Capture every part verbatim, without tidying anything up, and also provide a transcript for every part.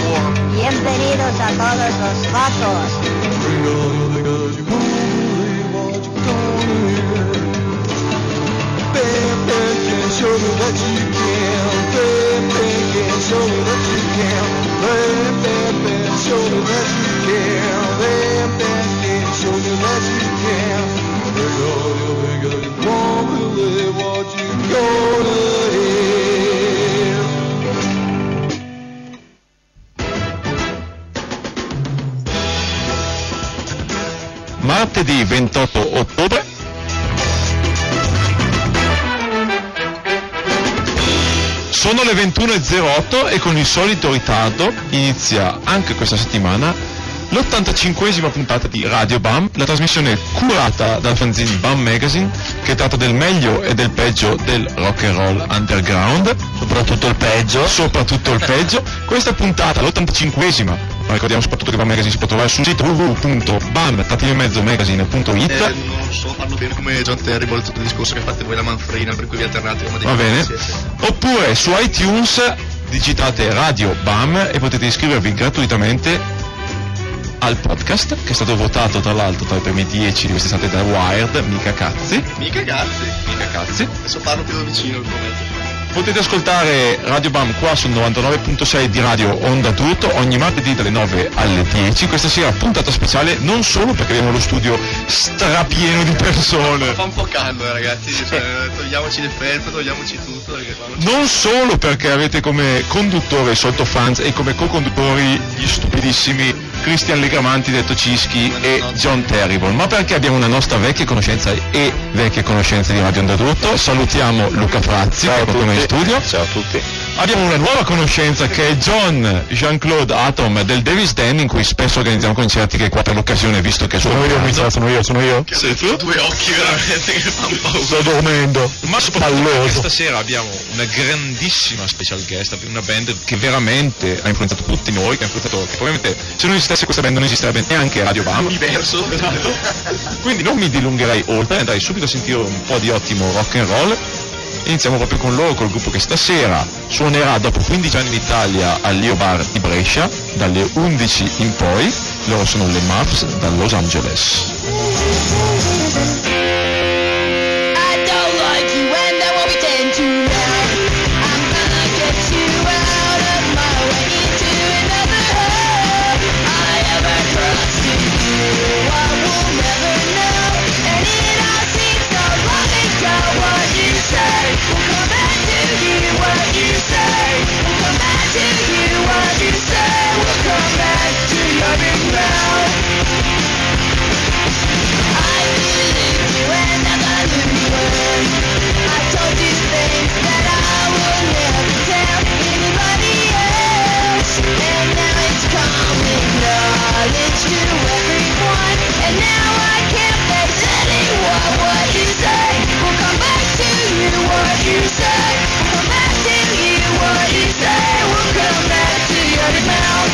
Bienvenidos a todos los vatos. Show me that you can, bam, bam, show me that you can, bam, bam, bam, show me that you can, bam, bam, bam, show me that you can. They got you, they got you, won't believe what you gonna hear. Martedì ventotto ottobre. Sono le ventuno e zero otto e con il solito ritardo inizia anche questa settimana l'ottantacinquesima puntata di Radio Bam, la trasmissione curata dal fanzine Bam Magazine che tratta del meglio e del peggio del rock and roll underground, soprattutto il peggio, soprattutto il peggio. Questa puntata, l'ottantacinquesima, ma ricordiamo soprattutto che Bam Magazine si può trovare sul sito w w w punto bam magazine punto it. Eh, non so farlo bene come John Terrible, tutto il discorso che fate voi la manfrina, per cui vi alternate come dei Va bene. siete. Oppure su iTunes digitate Radio Bam e potete iscrivervi gratuitamente al podcast che è stato votato tra l'altro tra i primi dieci di quest'estate da Wired, mica cazzi, Mica cazzi. mica cazzi. Adesso parlo più da vicino il momento. Potete ascoltare Radio Bam qua sul novantanove virgola sei di Radio Onda d'Urto ogni martedì dalle nove alle dieci. Questa sera puntata speciale non solo perché abbiamo lo studio strapieno di persone, Fa un po' caldo eh, ragazzi, cioè, togliamoci le felpe, togliamoci tutto perché qua non c'è- non solo perché avete come conduttore Solto Fans e come co-conduttori gli stupidissimi Cristian Legramanti detto Cischi e John Terrible, ma perché abbiamo una nostra vecchia conoscenza e vecchie conoscenze di Radio Onda d'Urto. Salutiamo Luca Frazzi che è con noi in studio. Ciao a tutti. Abbiamo una nuova conoscenza che è John Jean-Claude Atom del Davis Den, in cui spesso organizziamo concerti, che qua per l'occasione, visto che sono io, mi sa, sono io, sono io. Che Sei ha tu? due occhi veramente che fanno paura. Sto dormendo. Ma soprattutto Palloso. perché stasera abbiamo una grandissima special guest, una band che veramente ha influenzato tutti noi, che ha influenzato, che probabilmente se non esistesse questa band non esisterebbe neanche Radio Bam. Diverso. Quindi non mi dilungherei oltre, andrei subito a sentire un po' di ottimo rock and roll. Iniziamo proprio con loro, col gruppo che stasera suonerà dopo quindici anni in Italia all'Io Bar di Brescia, dalle undici in poi. Loro sono le Muffs da Los Angeles. I don't like you and I won't pretend to now. I'm gonna get you out of my way into another hole. I ever trusted you, I will never know. And it all seems so long ago. What you say will come back to you. What you say will come back to you. What you say will come back to your big mouth. I believe you and I believe you were. I told you things that I would never tell anybody else. And now it's common knowledge to everyone. And now I can't face anyone. What you say will come back to you. What you say will come back to you. What you say will come back to your mouth.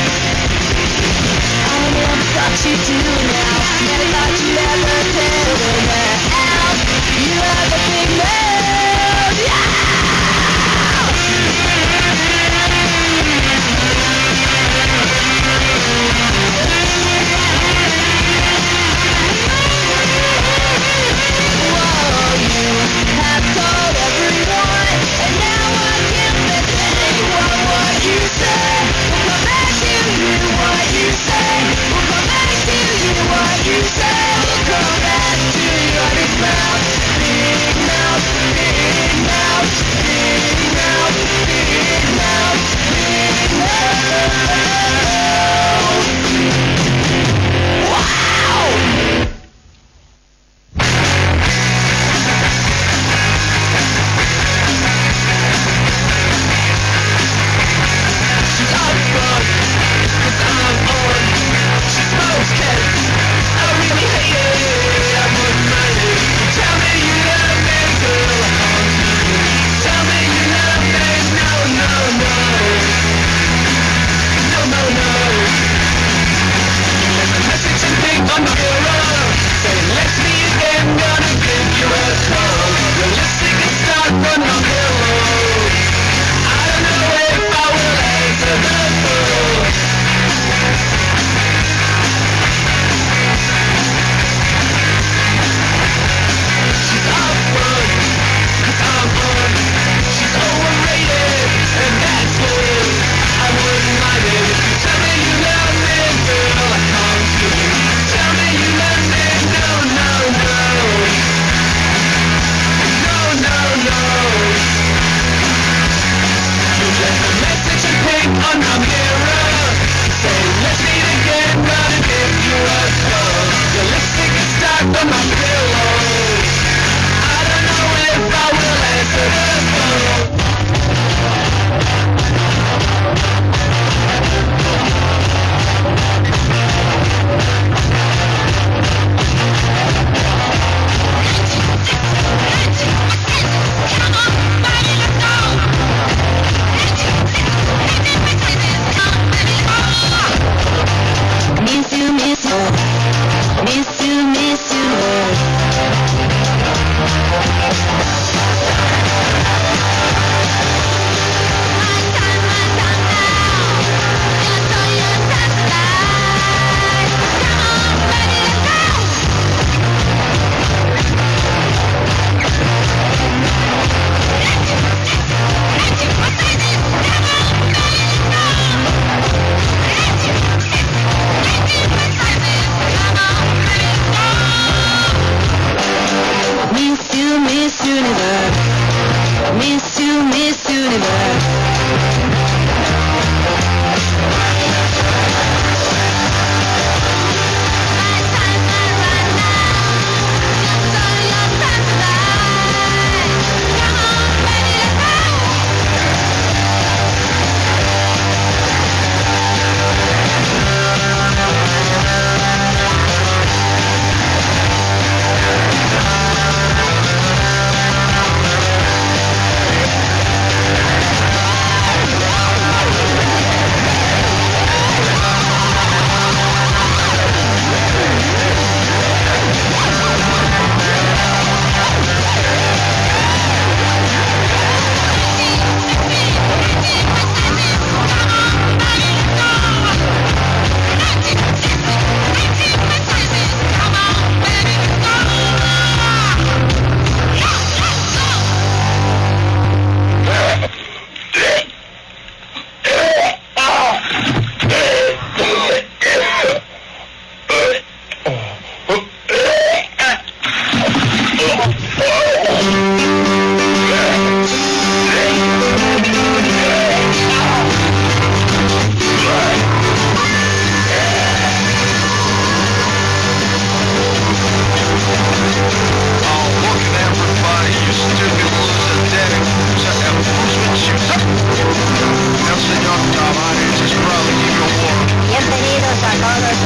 I never thought you'd do now. Never thought you'd ever tell them out. You have a big mouth. Yeah! Whoa, you have told everyone, and now I can't miss anyone. What you say will come back to you. What you say will come back to you. What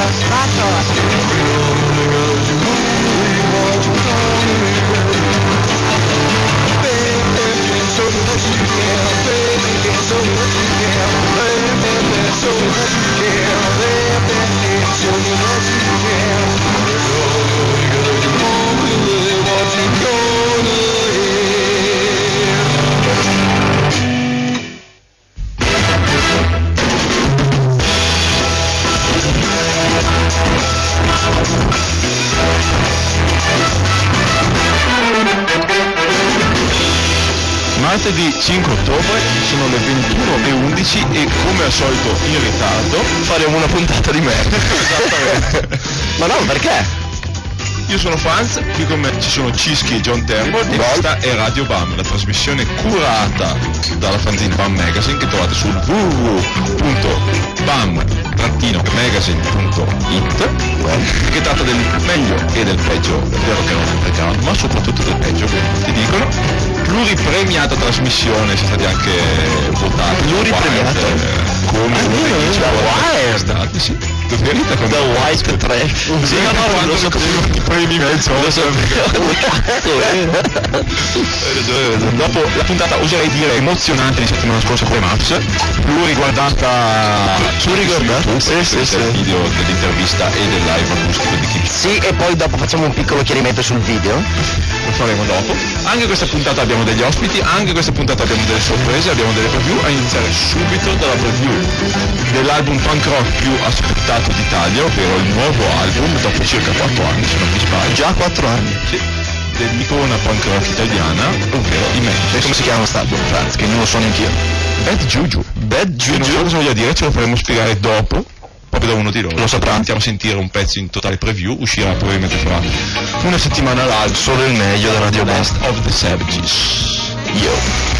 Vatos. Martedì cinque ottobre, sono le ventuno e undici e come al solito in ritardo Faremo una puntata di merda. Esattamente. Ma no, perché? Io sono Franz, qui con me ci sono Cischi e John Terrible e questa è Radio Bam, la trasmissione curata dalla fanzine Bam Magazine che trovate sul w w w punto bam magazine punto it che tratta del meglio e del peggio, è vero che non è pregano, ma soprattutto del peggio, come ti dicono. Pluripremiata trasmissione, siete stati anche votati. Pluripremiata? Come uno dei dieci da voti Wired. stati, sì. Verita con Da White Trash. Sì, no, no, lo so i premi mezzo. Lo so. Cazzo, vero? Dopo la puntata, oserei dire, emozionante di settimana scorsa con Maps, pluriguardata su Pluriguardata? YouTube, Sì, sì, sì. il video dell'intervista e del live acustico di Kim. Sì, e poi dopo facciamo un piccolo chiarimento sul video. Lo faremo dopo. Anche questa puntata abbiamo degli ospiti, anche questa puntata abbiamo delle sorprese, abbiamo delle preview, a iniziare subito dalla preview dell'album punk rock più aspettato d'Italia, ovvero il nuovo album dopo circa quattro anni, se non mi sbaglio. Già quattro anni. Sì, dell'icona punk rock italiana, ovvero i Memphis. Come si chiama quest'album, Franz? Che non lo so neanch'io. Bad Juju. Bad Che non so Juju. cosa voglia dire, ce lo faremo spiegare dopo, proprio da uno di loro. Lo saprà. Andiamo a sentire un pezzo in totale preview, uscirà probabilmente fra una settimana l'altro. Solo il meglio da Radio Last Bam. of the Savages. Io.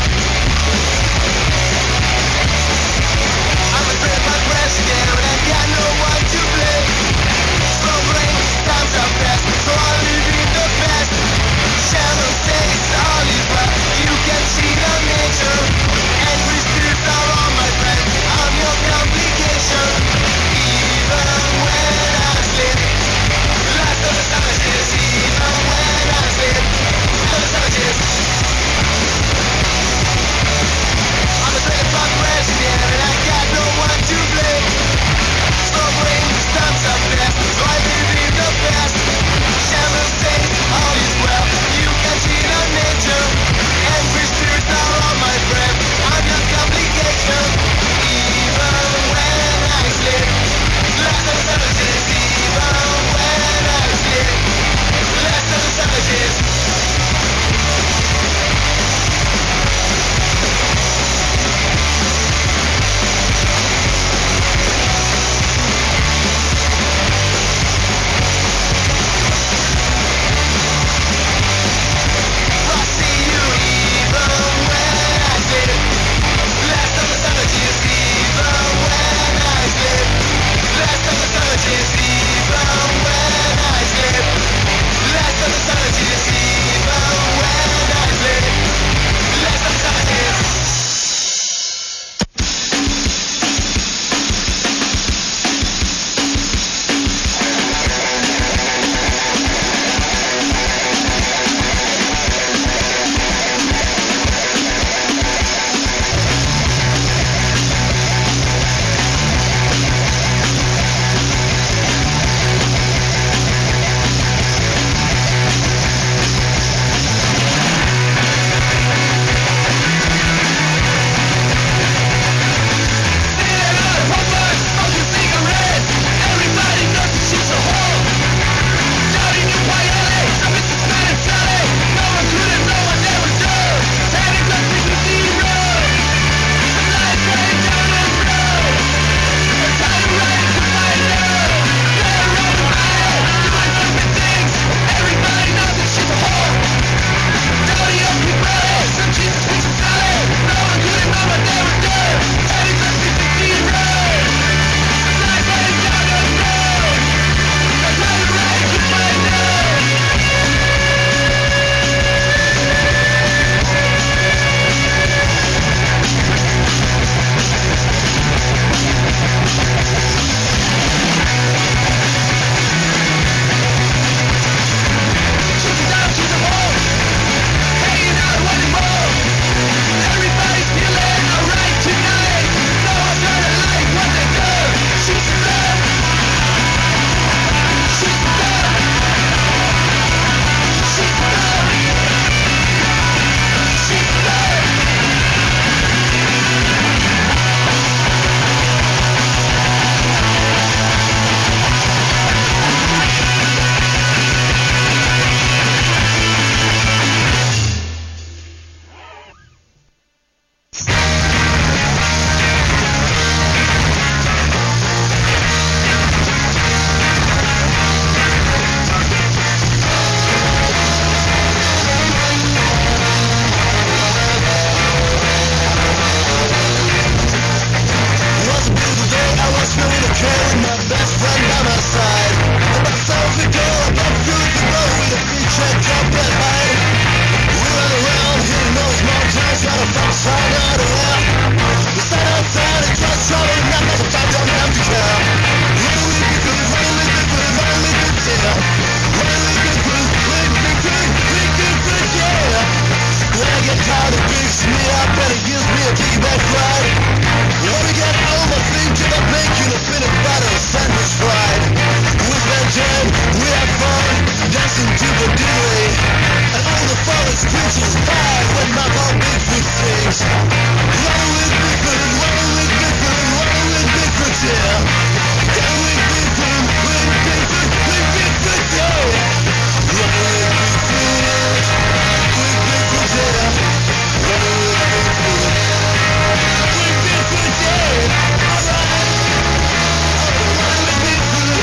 just hard when my heart Bigfoot sings. Run with Bigfoot, run with Bigfoot, run with Bigfoot, yeah. Down with Bigfoot, with Bigfoot, with Bigfoot, yeah. Run with Bigfoot, with Bigfoot, yeah. Run with Bigfoot, with Bigfoot, yeah. All right. Run with Bigfoot.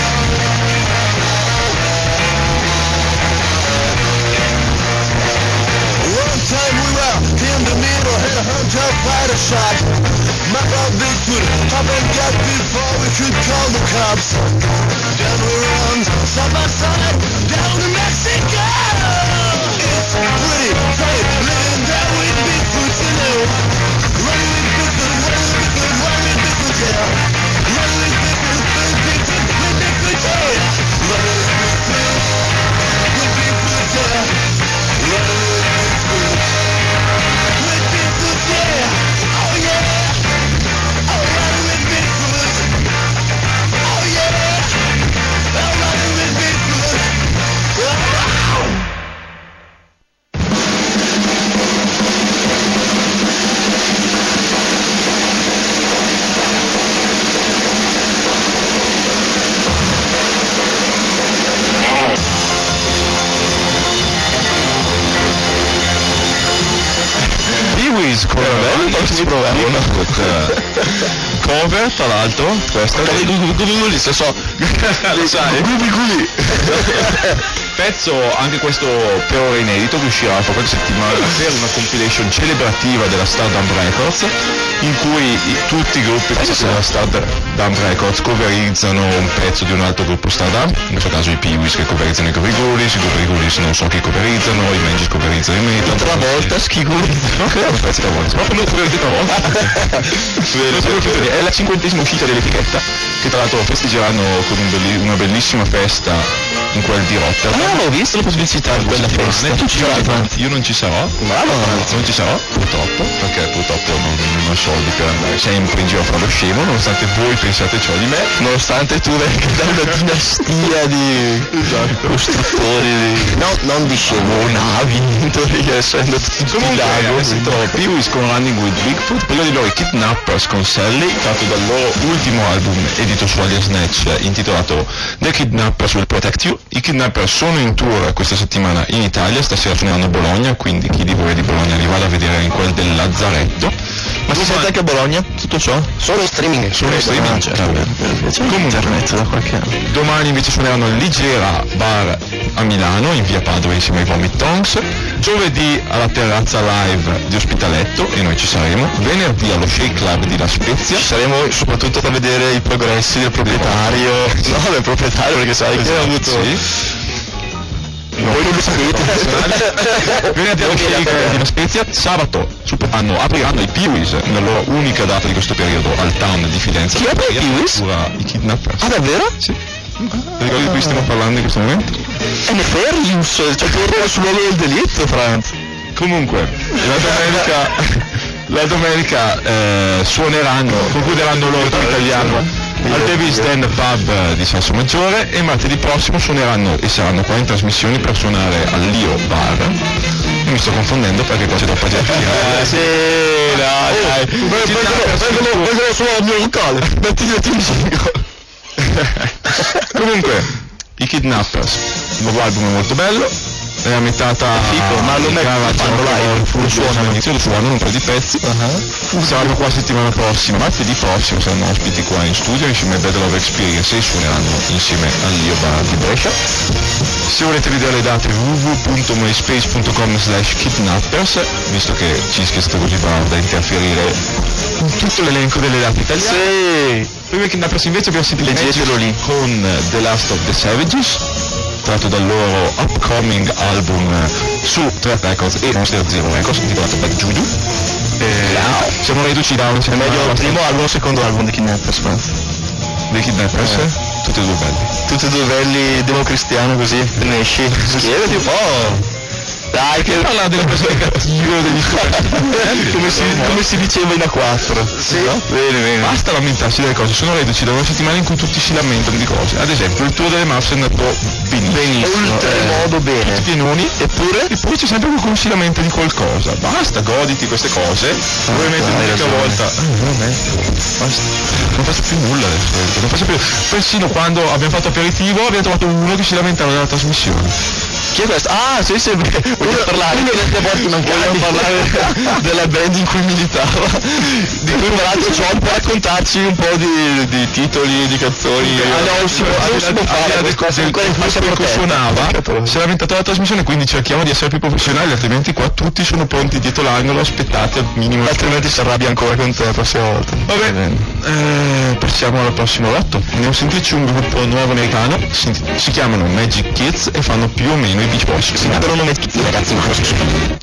One time we were in the middle, had a hunter fighter shot. My God, Bigfoot, up and got before we could call the cops. Then we run side by side down to Mexico. It's pretty tight living down with Bigfoot, you know. Run with Bigfoot, run with Bigfoot, run with Bigfoot, yeah. Run with Bigfoot, with Bigfoot, with Bigfoot, yeah. Run with Bigfoot, with Bigfoot, yeah. Run with Bigfoot, with Bigfoot, yeah. Oh yeah. Oh, run with Bigfoot. Oh yeah. Oh, run with Bigfoot. Oh. Pee-wee's con si provavano. Cover, tra l'altro, questa Lì, se so. lo sai? Pezzo anche questo per ora inedito che uscirà fra qualche settimana per una compilation celebrativa della Stardom Records in cui i- tutti i gruppi della Stardom Records coverizzano un pezzo di un altro gruppo Stardom, in questo caso i Pee-wees che coverizzano i Groovy Ghoulies, i Groovy Ghoulies non so chi coverizzano, i Mangis coverizzano i Metal. Tra volta schiguri. Non credo un pezzo da volta, proprio non credo da volta. È la cinquantesima uscita dell'etichetta che tra l'altro festeggeranno con un belli- una bellissima festa in quel di Rotterdam. Ah, ho visto la pubblicità di quella festa. Tu ci sarai? Io non ci sarò, Bravo. non ci sarò purtroppo, perché purtroppo non, non ho soldi per andare sempre in giro a fare lo scemo, nonostante voi pensiate ciò di me. Nonostante tu venga da una dinastia di costruttori di... No, non di scemo, navi, essendo tutti Comunque lago. adesso trovo Pee-wees con Running with Bigfoot, prima di loro i Kidnappers con Sally, tratto dal loro ultimo album edito su Alien Snatch intitolato The Kidnappers Will Protect You. I Kidnappers sono in tour questa settimana in Italia, stasera suoneranno a Bologna, quindi chi di voi è di Bologna li vada a vedere in quel del Lazzaretto. Ma si sente anche a Bologna tutto ciò? Solo in streaming. Solo in streaming, Ah, certo, certo. per- per- c'è Comunque. internet da qualche anno. Domani invece suoneranno al Ligera Bar a Milano, in via Padova insieme ai Vomit Tongs. Giovedì alla Terrazza Live di Ospitaletto, e noi ci saremo. Venerdì allo Shake Club di La Spezia. Ci saremo soprattutto per vedere i progressi del proprietario. No, del proprietario, perché sai che ha Esatto, avuto... sì. Voi non lo sapete. Venerdì allo Shake di La Spezia. Sabato super- hanno- apriranno i Pee-wees nella loro unica data di questo periodo al town di Fidenza. Chi apre i Pee-wees? Pura- I Kidnappers. Ah, davvero? Sì. Ti ricordi di cui stiamo parlando in questo momento? È nefarious, cioè torna sul luogo del delitto, Franz. Comunque, la domenica, la domenica eh, suoneranno, concluderanno loro in italiano al Davis Den Pub di Sasso Maggiore, e martedì prossimo suoneranno e saranno qua in trasmissioni per suonare al Lio Bar. Io mi sto confondendo perché qua c'è troppa gente. Eh, sì, dai, dai. Vengono solo al mio locale. Mettiti in giro. Comunque, i Kidnappers, il nuovo album è molto bello, è ambientata Fico, ma lo in mettono garage, fanno live, full suonano. suonano, inizio suonano un po' di pezzi. Saranno qua settimana prossima, martedì prossimo saranno ospiti qua in studio insieme a Bad Love Experience e suoneranno insieme all'Io Bar di Brescia. Se volete vedere le date w w w punto myspace punto com slash kidnappers, visto che Cischi è stato così bravo da interferire in tutto l'elenco delle date italiane. Sì. Prima i Kidnappers invece abbiamo sentito Leggetelo lì. con The Last of the Savages, tratto dal loro upcoming album su Threat Records e Monster Zero Records, intitolato Bad Juju. E siamo reduci da un È meglio il primo album o il secondo album di Kidnappers, Franz? dei Kidnappers, Eh. tutti e due belli. Tutti e due belli, democristiano così, ne esci. Schierati un po'. Dai, che parlare delle persone cattive o degli stupidi. come, si, come si diceva in A quattro. Sì. No? Bene, bene. Basta lamentarsi delle cose, sono reduci da una settimana in cui tutti si lamentano di cose. Ad esempio il tour delle Mars è andato benissimo. Benissimo, oltremodo bene. Tutti pienoni, Eppure? eppure c'è sempre qualcuno che si lamenta di qualcosa. Basta, goditi queste cose. Probabilmente hai l'unica ragione. volta. Ah, veramente. Basta. Non faccio più nulla adesso. Non faccio più. Persino quando abbiamo fatto aperitivo abbiamo trovato uno che si lamentava della trasmissione. Chi è questo? Ah, sì, sì, voglio parlare. Voglio parlare della band in cui militava. Di cui tra l'altro John può raccontarci un po' di, di titoli, di canzoni. Ah, no, si può, non si può fare le cose ancora in fascia che protetta. suonava, si è lamentato della trasmissione, quindi cerchiamo di essere più professionali, altrimenti qua tutti sono pronti dietro l'angolo, aspettate al minimo. Altrimenti si arrabbia ancora con te la prossima volta. Vabbè, eh, passiamo al prossimo lotto. Andiamo a sentirci un gruppo nuovo americano, si, si chiamano Magic Kids e fanno più o meno i Beach Boys. Si chiamano Magic Kids, ragazzi, ma cosa succede?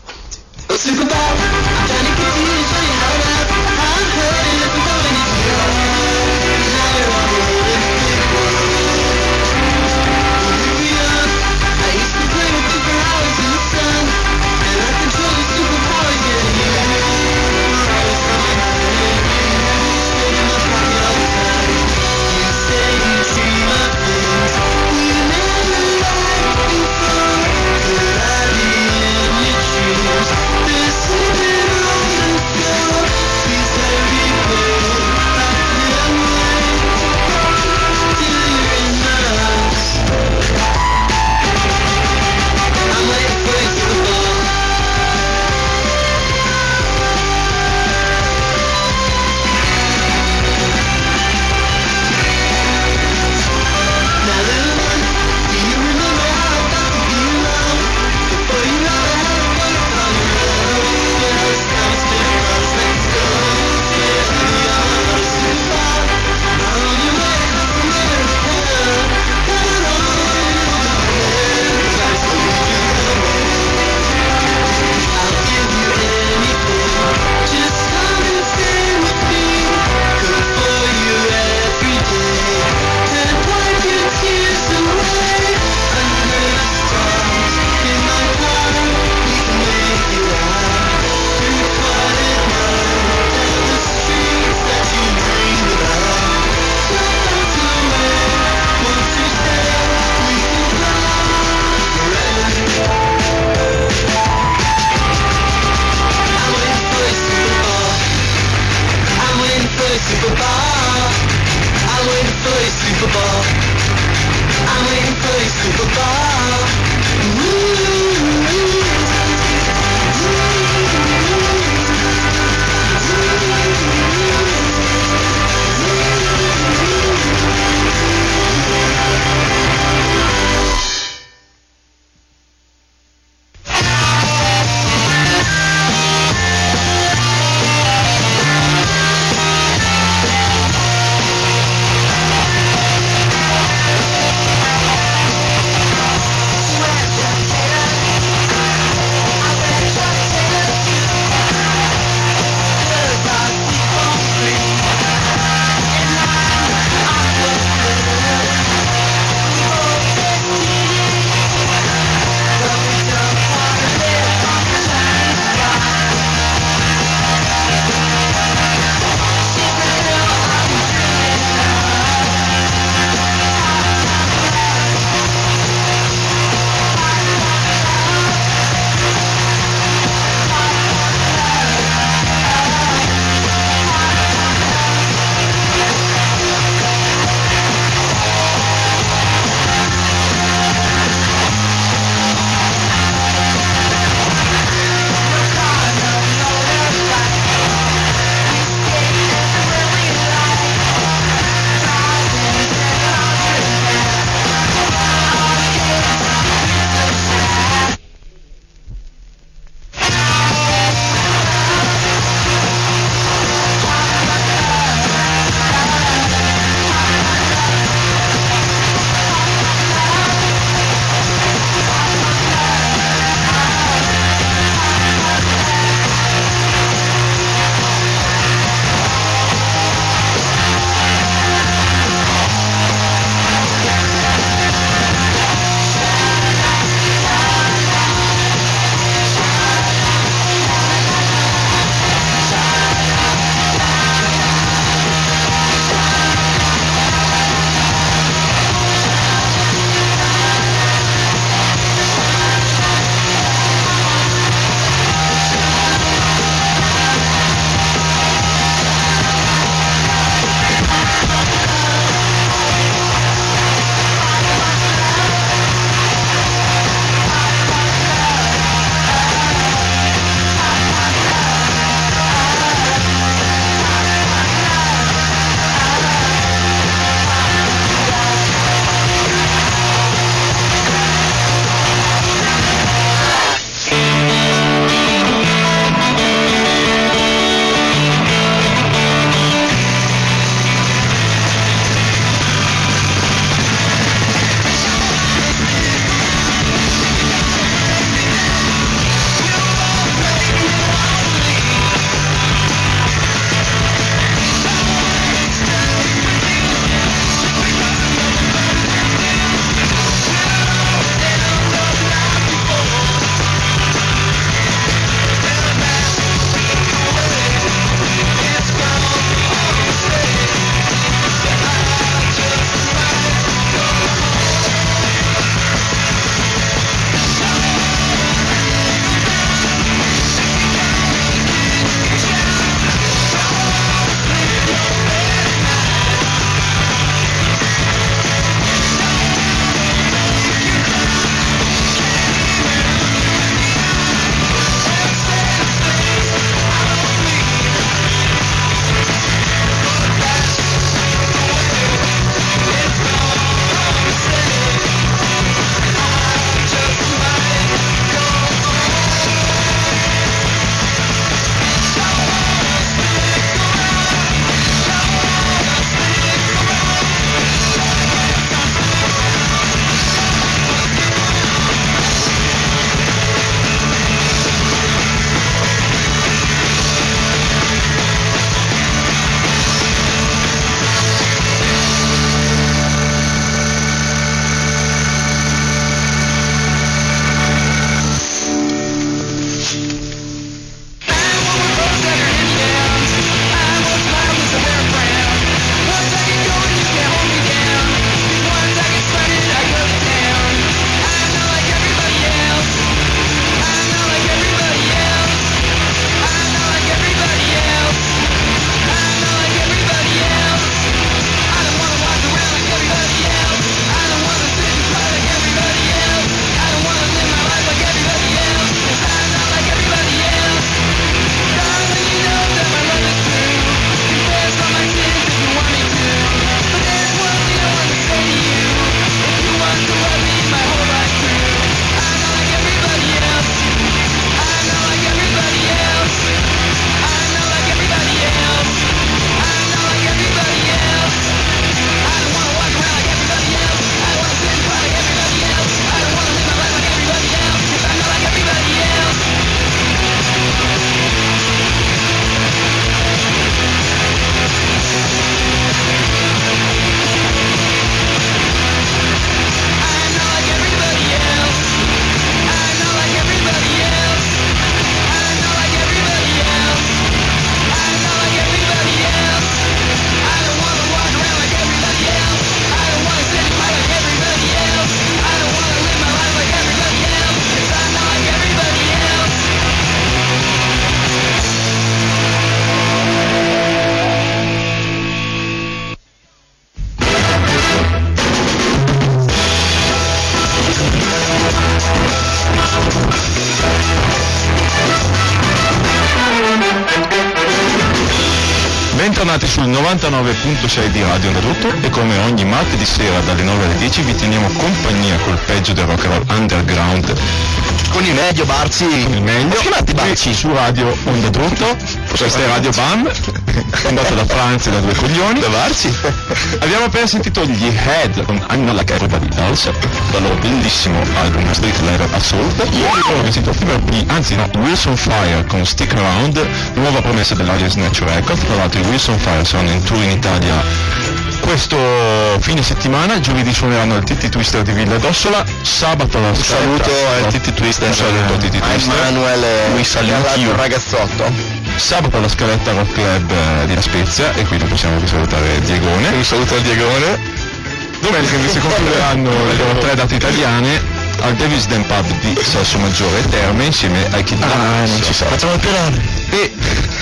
Bentornati sul novantanove virgola sei di Radio Onda d'Urto e come ogni martedì sera dalle nove alle dieci vi teniamo compagnia col peggio del rock and roll underground. Con il meglio, Barci. Con il meglio. Chiamati Barci. Qui su Radio Onda d'Urto. Questa è Radio Bam, andata da Franza e da due coglioni. Da Barci. Abbiamo appena sentito gli Head con I'm Not Like Everybody Else, dal loro bellissimo album Street Level Assault. Ieri abbiamo sentito Fever P, anzi no, Wilson Fire con Stick Around, nuova promessa dell'Audience Nature Records. Tra l'altro i Wilson Fire sono in tour in Italia questo fine settimana. Giovedì suoneranno al Titti Twister di Villa d'Ossola, sabato alla Un Scaletta. saluto al Titti Twister. Un saluto a Titti a Twister. Emanuele, Lui saluti il ragazzotto. Sabato alla Scaletta Rock Club eh, di La Spezia, e qui non possiamo che salutare Diegone. Un saluto al Diegone. Domenica invece concluderanno le loro tre date italiane al Davis Den Pub di Sasso Maggiore e Terme insieme ai Kid Ah, non ci sa. Facciamo il pianone. E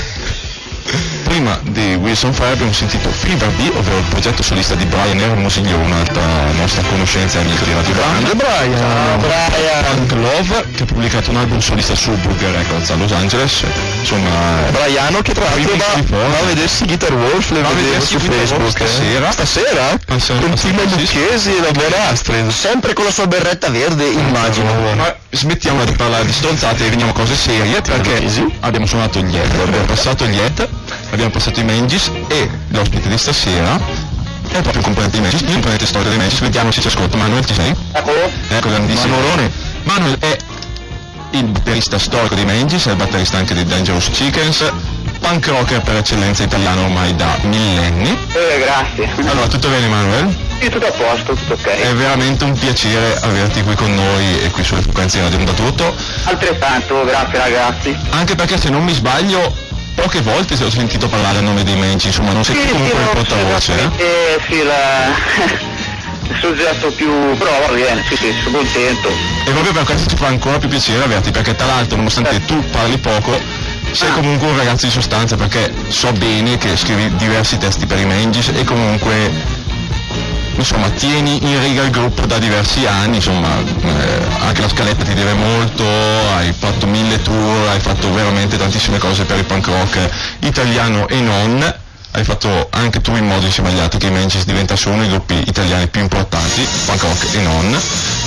prima di Wilson Fire abbiamo sentito Fever B, ovvero il progetto solista di Brian Ermosillo, un'altra nostra conoscenza e amico di Radio Band. Brian. Ciao Brian. Punk Love, che ha pubblicato un album solista su Burger Records a Los Angeles. Insomma, Briano che tra l'altro va, va a vedersi Guitar Wolf, le Va a vedevo vedersi su Guitar Wolf Facebook. eh. stasera. Stasera? Stasera, Con stasera, Timo sì. Lucchesi e la buona Astrid. Sempre con la sua berretta verde, immagino. ma smettiamo di parlare di stronzate e veniamo a cose serie, perché Sì. abbiamo suonato gli Head, abbiamo passato gli Head, abbiamo passato i Mangis e l'ospite di stasera è proprio un componente di Mangis, il componente storia dei Mangis. Vediamo se ci ascolta. Manuel, ci sei? Eccolo. Ecco, grandissimo. Manuelone. Manuel è il batterista storico dei Mangis, è il batterista anche dei Dangerous Chickens, punk rocker per eccellenza italiano ormai da millenni. Eh, grazie. Allora, tutto bene Manuel? Sì, tutto a posto, tutto ok. È veramente un piacere averti qui con noi e qui sulle frequenze di Radio Onda d'Urto, Altrettanto, grazie ragazzi. anche perché se non mi sbaglio poche volte ti ho sentito parlare a nome dei Mangis, insomma non sei Sì, tu sì, comunque il no, portavoce, eh? eh, sì, la... il soggetto più... però va bene, sì, sì, sono contento. E proprio per questo ci fa ancora più piacere averti, perché tra l'altro nonostante tu parli poco sei Ah. comunque un ragazzo di sostanza, perché so bene che scrivi diversi testi per i Mangis e comunque insomma tieni in riga il gruppo da diversi anni, insomma eh, anche la Scaletta ti deve molto, hai fatto mille tour, hai fatto veramente tantissime cose per il punk rock italiano e non, hai fatto anche tu in modo insieme agli altri che i Mangis diventassero uno dei gruppi italiani più importanti, punk rock e non.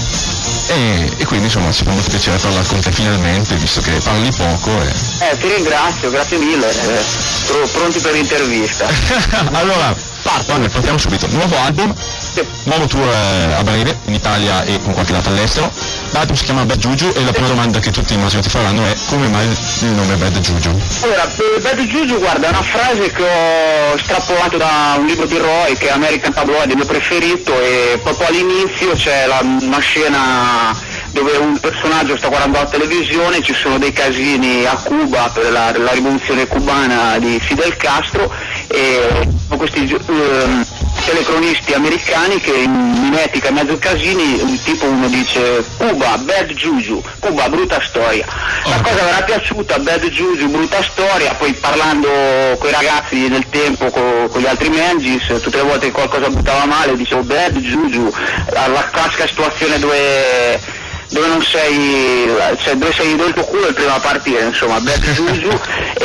E, e quindi insomma ci fa molto piacere parlare con te finalmente, visto che parli poco e... Eh, ti ringrazio, grazie mille. Eh, pro- pronti per l'intervista. Allora, parto, partiamo subito. Nuovo album, nuovo tour eh, a breve, in Italia e con qualche data all'estero. L'album si chiama Bad Juju e la prima domanda che tutti immagino ti faranno è come mai il nome Bad Juju? Allora, eh, Bad Juju, guarda, è una frase che ho strappolato da un libro di Roy, che è American Tabloid, il mio preferito, e proprio all'inizio c'è la, una scena dove un personaggio sta guardando la televisione, ci sono dei casini a Cuba per la, la rivoluzione cubana di Fidel Castro, e questi ehm, telecronisti americani che in mimetica in mezzo ai casini, tipo uno dice Cuba, bad juju, Cuba, brutta storia. La cosa mi era piaciuta, bad juju, brutta storia, poi parlando con i ragazzi del tempo, con, con gli altri Mangis, tutte le volte che qualcosa buttava male dicevo bad juju, la, la classica situazione dove dove non sei, cioè dove sei dove il tuo culo è il primo a partire, insomma, bad juju,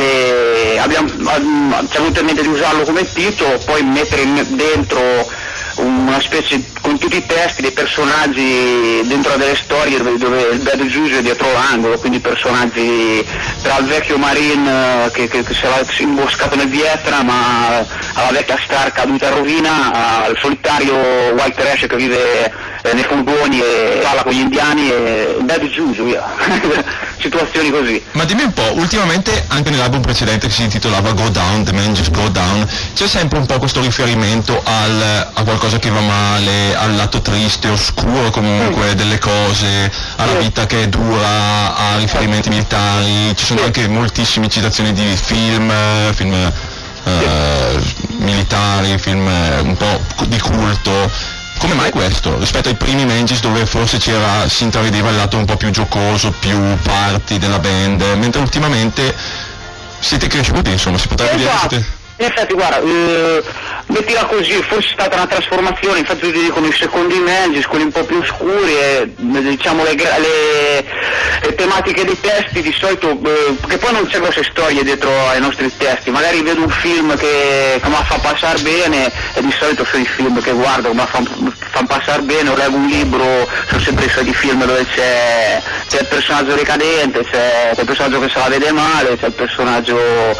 e abbiamo, ci è venuto in mente di usarlo come titolo, poi mettere in- dentro una specie, con tutti i testi dei personaggi dentro a delle storie dove, dove il bad juju è dietro l'angolo, quindi personaggi tra il vecchio Marine eh, che, che, che si era imboscato nel Vietnam, a- alla vecchia star caduta in rovina, al solitario white trash che vive eh, nei furgoni e parla con gli indiani, e bad juju, via. Situazioni così. Ma dimmi un po', ultimamente anche nell'album precedente che si intitolava Go Down, The Mangis Go Down, c'è sempre un po' questo riferimento al, a qualcosa che va male, al lato triste, oscuro comunque delle cose, alla vita che è dura, a riferimenti militari, ci sono anche moltissime citazioni di film, eh, film eh, militari, film eh, un po' di culto. Come mai questo? Rispetto ai primi Mangis dove forse c'era, si intravedeva il lato un po' più giocoso, più party della band, mentre ultimamente siete cresciuti, insomma, si potrebbe dire che Esatto. siete... In effetti, guarda, eh, mettila così, forse è stata una trasformazione, infatti tutti dicono i secondi Mangis, quelli un po' più oscuri, e diciamo le, le, le tematiche dei testi di solito, eh, che poi non c'è grosse storie dietro ai nostri testi, magari vedo un film che, che mi fa passare bene, e di solito sono i film che guardo, mi fanno fan passare bene, o leggo un libro, sono sempre i soliti film dove c'è, c'è il personaggio decadente, c'è, c'è il personaggio che se la vede male, c'è il personaggio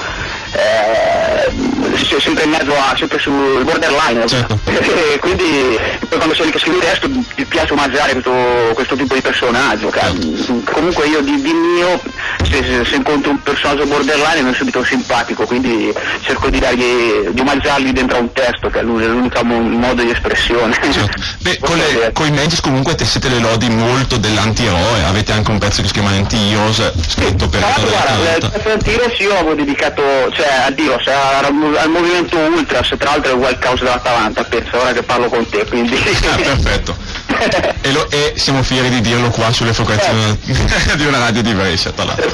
eh, sempre in mezzo a, sempre sul borderline, certo. E quindi poi quando sei lì che scrivi il testo ti piace omaggiare questo, questo tipo di personaggio, che, certo. Comunque io di, di mio se, se, se incontro un personaggio borderline mi è subito simpatico, quindi cerco di dargli, di omaggiargli dentro a un testo, che è l'unico modo di espressione. Certo. Beh, con, le, con i Mangis comunque tessete le lodi molto dell'antieroe, avete anche un pezzo che si chiama Anti-Heroes, scritto per il guarda, il pezzo Anti-Heroes io avevo dedicato, cioè a Dio, cioè, al, al movimento Ultras, tra l'altro è uguale causa dell'Atalanta, penso, ora che parlo con te, quindi... Ah, perfetto. e, lo, e siamo fieri di dirlo qua sulle frequenze eh. di una radio di Brescia, tra l'altro.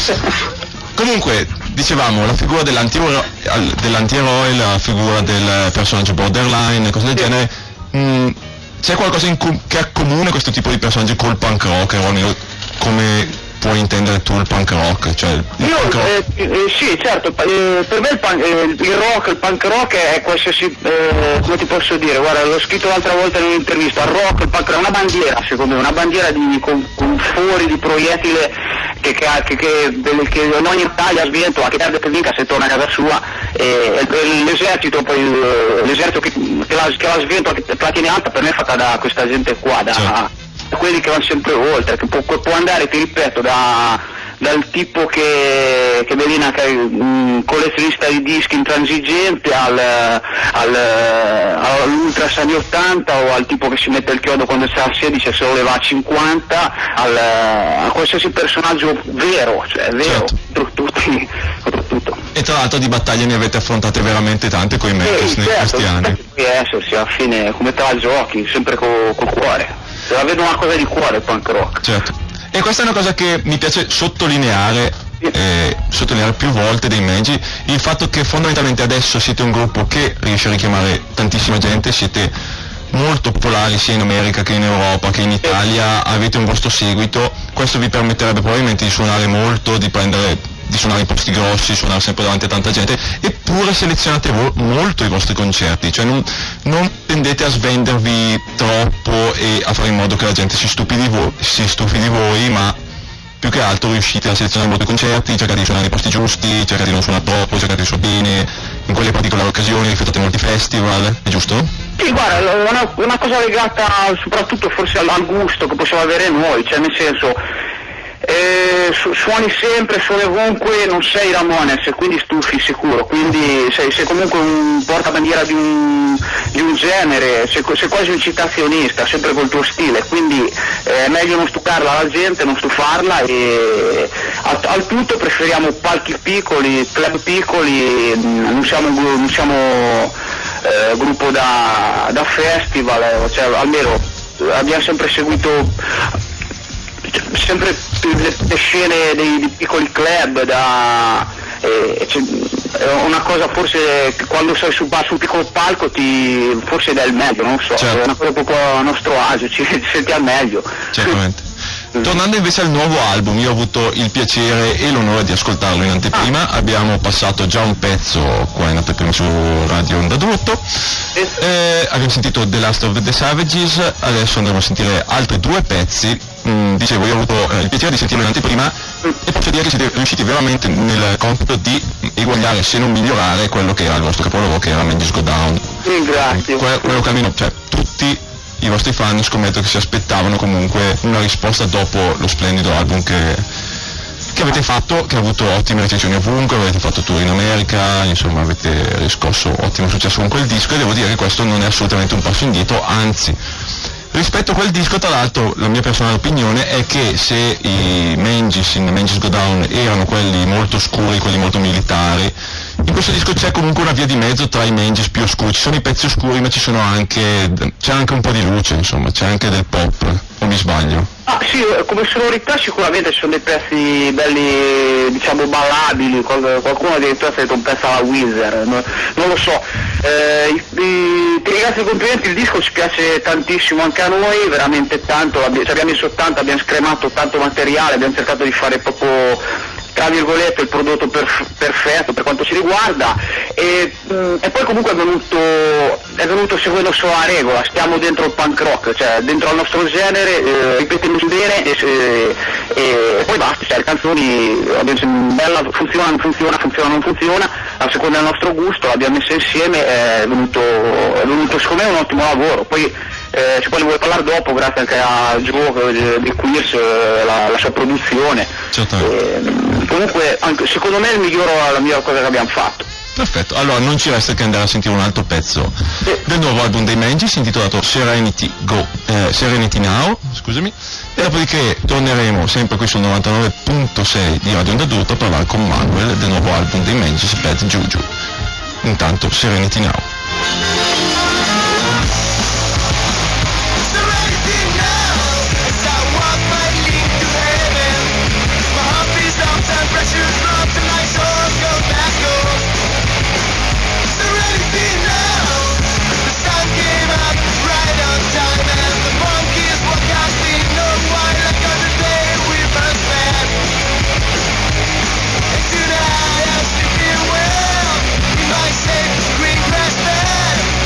Comunque, dicevamo, la figura dell'antieroe, dell'antieroe, la figura del personaggio borderline, cose del sì. genere, mh, c'è qualcosa in com- che accomuna questo tipo di personaggi col punk rock, Ronnie, come puoi intendere tu il punk rock? Cioè, il Io, punk rock? Eh, eh, sì, certo, eh, per me il, punk, eh, il rock, il punk rock è qualsiasi, eh, come ti posso dire, guarda, l'ho scritto l'altra volta in un'intervista, il rock, il punk rock è una bandiera, secondo me, una bandiera di con, con fori di proiettile che, che, che, che, che in ogni Italia sviento, a che perde per vinca se torna a casa sua, e, e l'esercito, poi l'esercito che, che, la, che la sviento, che la tiene alta, per me è fatta da questa gente qua, da... Certo. Quelli che vanno sempre oltre, che può, può andare, ti ripeto, da, dal tipo che, che velina, che è un collezionista di dischi intransigente al, al, all'ultras anni ottanta, o al tipo che si mette il chiodo quando c'ha sedici e se lo leva a cinquanta, al, a qualsiasi personaggio vero, cioè vero, certo. contro tutti, contro tutto. E tra l'altro di battaglie ne avete affrontate veramente tante con i Mangis nei certo, questi anni. Può essersi, alla fine come te la giochi, sempre col, col cuore. La vedo una cosa di cuore il punk rock. Certo. E questa è una cosa che mi piace sottolineare, eh, sottolineare più volte dei Mangis, il fatto che fondamentalmente adesso siete un gruppo che riesce a richiamare tantissima gente, siete molto popolari sia in America che in Europa che in Italia, avete un vostro seguito, questo vi permetterebbe probabilmente di suonare molto, di prendere di suonare in posti grossi, suonare sempre davanti a tanta gente, eppure selezionate vo- molto i vostri concerti, cioè non, non tendete a svendervi troppo e a fare in modo che la gente si stupi di, vo- si stufi di voi, ma più che altro riuscite a selezionare molto i concerti, cercate di suonare nei posti giusti, cercate di non suonare troppo, cercate di suonare bene, in quelle particolari occasioni rifiutate molti festival, è giusto? Sì, guarda, una, una cosa legata soprattutto forse al, al gusto che possiamo avere noi, cioè nel senso... Eh, su, suoni sempre, suoni ovunque, non sei Ramones, quindi stufi sicuro, quindi sei, sei comunque un portabandiera di un, di un genere, sei, sei quasi un citazionista, sempre col tuo stile, quindi eh, è meglio non stufarla la gente, non stufarla, e al, al tutto preferiamo palchi piccoli, club piccoli, non siamo, non siamo eh, gruppo da, da festival, eh, cioè almeno abbiamo sempre seguito sempre le, le scene dei, dei piccoli club, da eh, è una cosa forse che quando sei su, su un piccolo palco ti forse dà il meglio, non so, certo. È una cosa proprio a nostro agio, ci, ci senti al meglio. Certamente. Tornando invece al nuovo album, io ho avuto il piacere e l'onore di ascoltarlo in anteprima, ah. abbiamo passato già un pezzo qua in anteprima su Radio Onda d'Urto, eh, abbiamo sentito The Last of the Savages, adesso andremo a sentire altri due pezzi, mm, dicevo io ho avuto eh, il piacere di sentirlo in anteprima e posso dire che siete riusciti veramente nel compito di eguagliare, se non migliorare, quello che era il vostro capolavoro, che era Mangis Go Down. Ringrazio. Que- quello cammino, cioè tutti i vostri fan scommetto che si aspettavano comunque una risposta dopo lo splendido album che, che avete fatto, che ha avuto ottime recensioni ovunque, avete fatto tour in America, insomma avete riscosso ottimo successo con quel disco, e devo dire che questo non è assolutamente un passo indietro, anzi rispetto a quel disco, tra l'altro, la mia personale opinione è che se i Mangis in Mangis Go Down erano quelli molto scuri, quelli molto militari, In questo disco c'è comunque una via di mezzo tra i Manges più oscuri, ci sono i pezzi oscuri ma ci sono anche, c'è anche un po' di luce, insomma, c'è anche del pop, o mi sbaglio? Ah sì, come sonorità sicuramente ci sono dei pezzi belli, diciamo, ballabili, qualcuno addirittura ha fatto un pezzo alla Weezer, non, non lo so. Eh, i, i, ti ringrazio i complimenti, il disco ci piace tantissimo anche a noi, veramente tanto, ci abbiamo messo tanto, abbiamo scremato tanto materiale, abbiamo cercato di fare proprio, tra virgolette, il prodotto perf- perfetto per quanto ci riguarda e, mh, e poi comunque è venuto, è venuto seguendo solo la regola, stiamo dentro il punk rock, cioè dentro al nostro genere, eh, ripetiamoci bene e, e, e poi basta, cioè le canzoni abbiamo, bella, funziona, non funziona, funziona, non funziona, a seconda del nostro gusto, l'abbiamo messa insieme, è venuto, è venuto secondo me un ottimo lavoro. Poi Eh, se poi ne vuoi parlare dopo, grazie anche a Joe di, di Quiz, eh, la, la sua produzione. Eh, comunque anche, secondo me è il miglior, la miglior cosa che abbiamo fatto. Perfetto, allora non ci resta che andare a sentire un altro pezzo sì. del nuovo album dei Manges intitolato Serenity Go, eh, Serenity Now, scusami, e dopodiché torneremo sempre qui sul novantanove virgola sei di Radio Onda D'Urto a parlare con Manuel del nuovo album dei Manges, Bad Juju. Intanto Serenity Now. Temperatures drop tonight, so go back home. Serenity now. The sun came out right on time, and the monkeys walk out clean, no white like on the day we first met. And tonight I'm sleeping well in my safe green grass bed.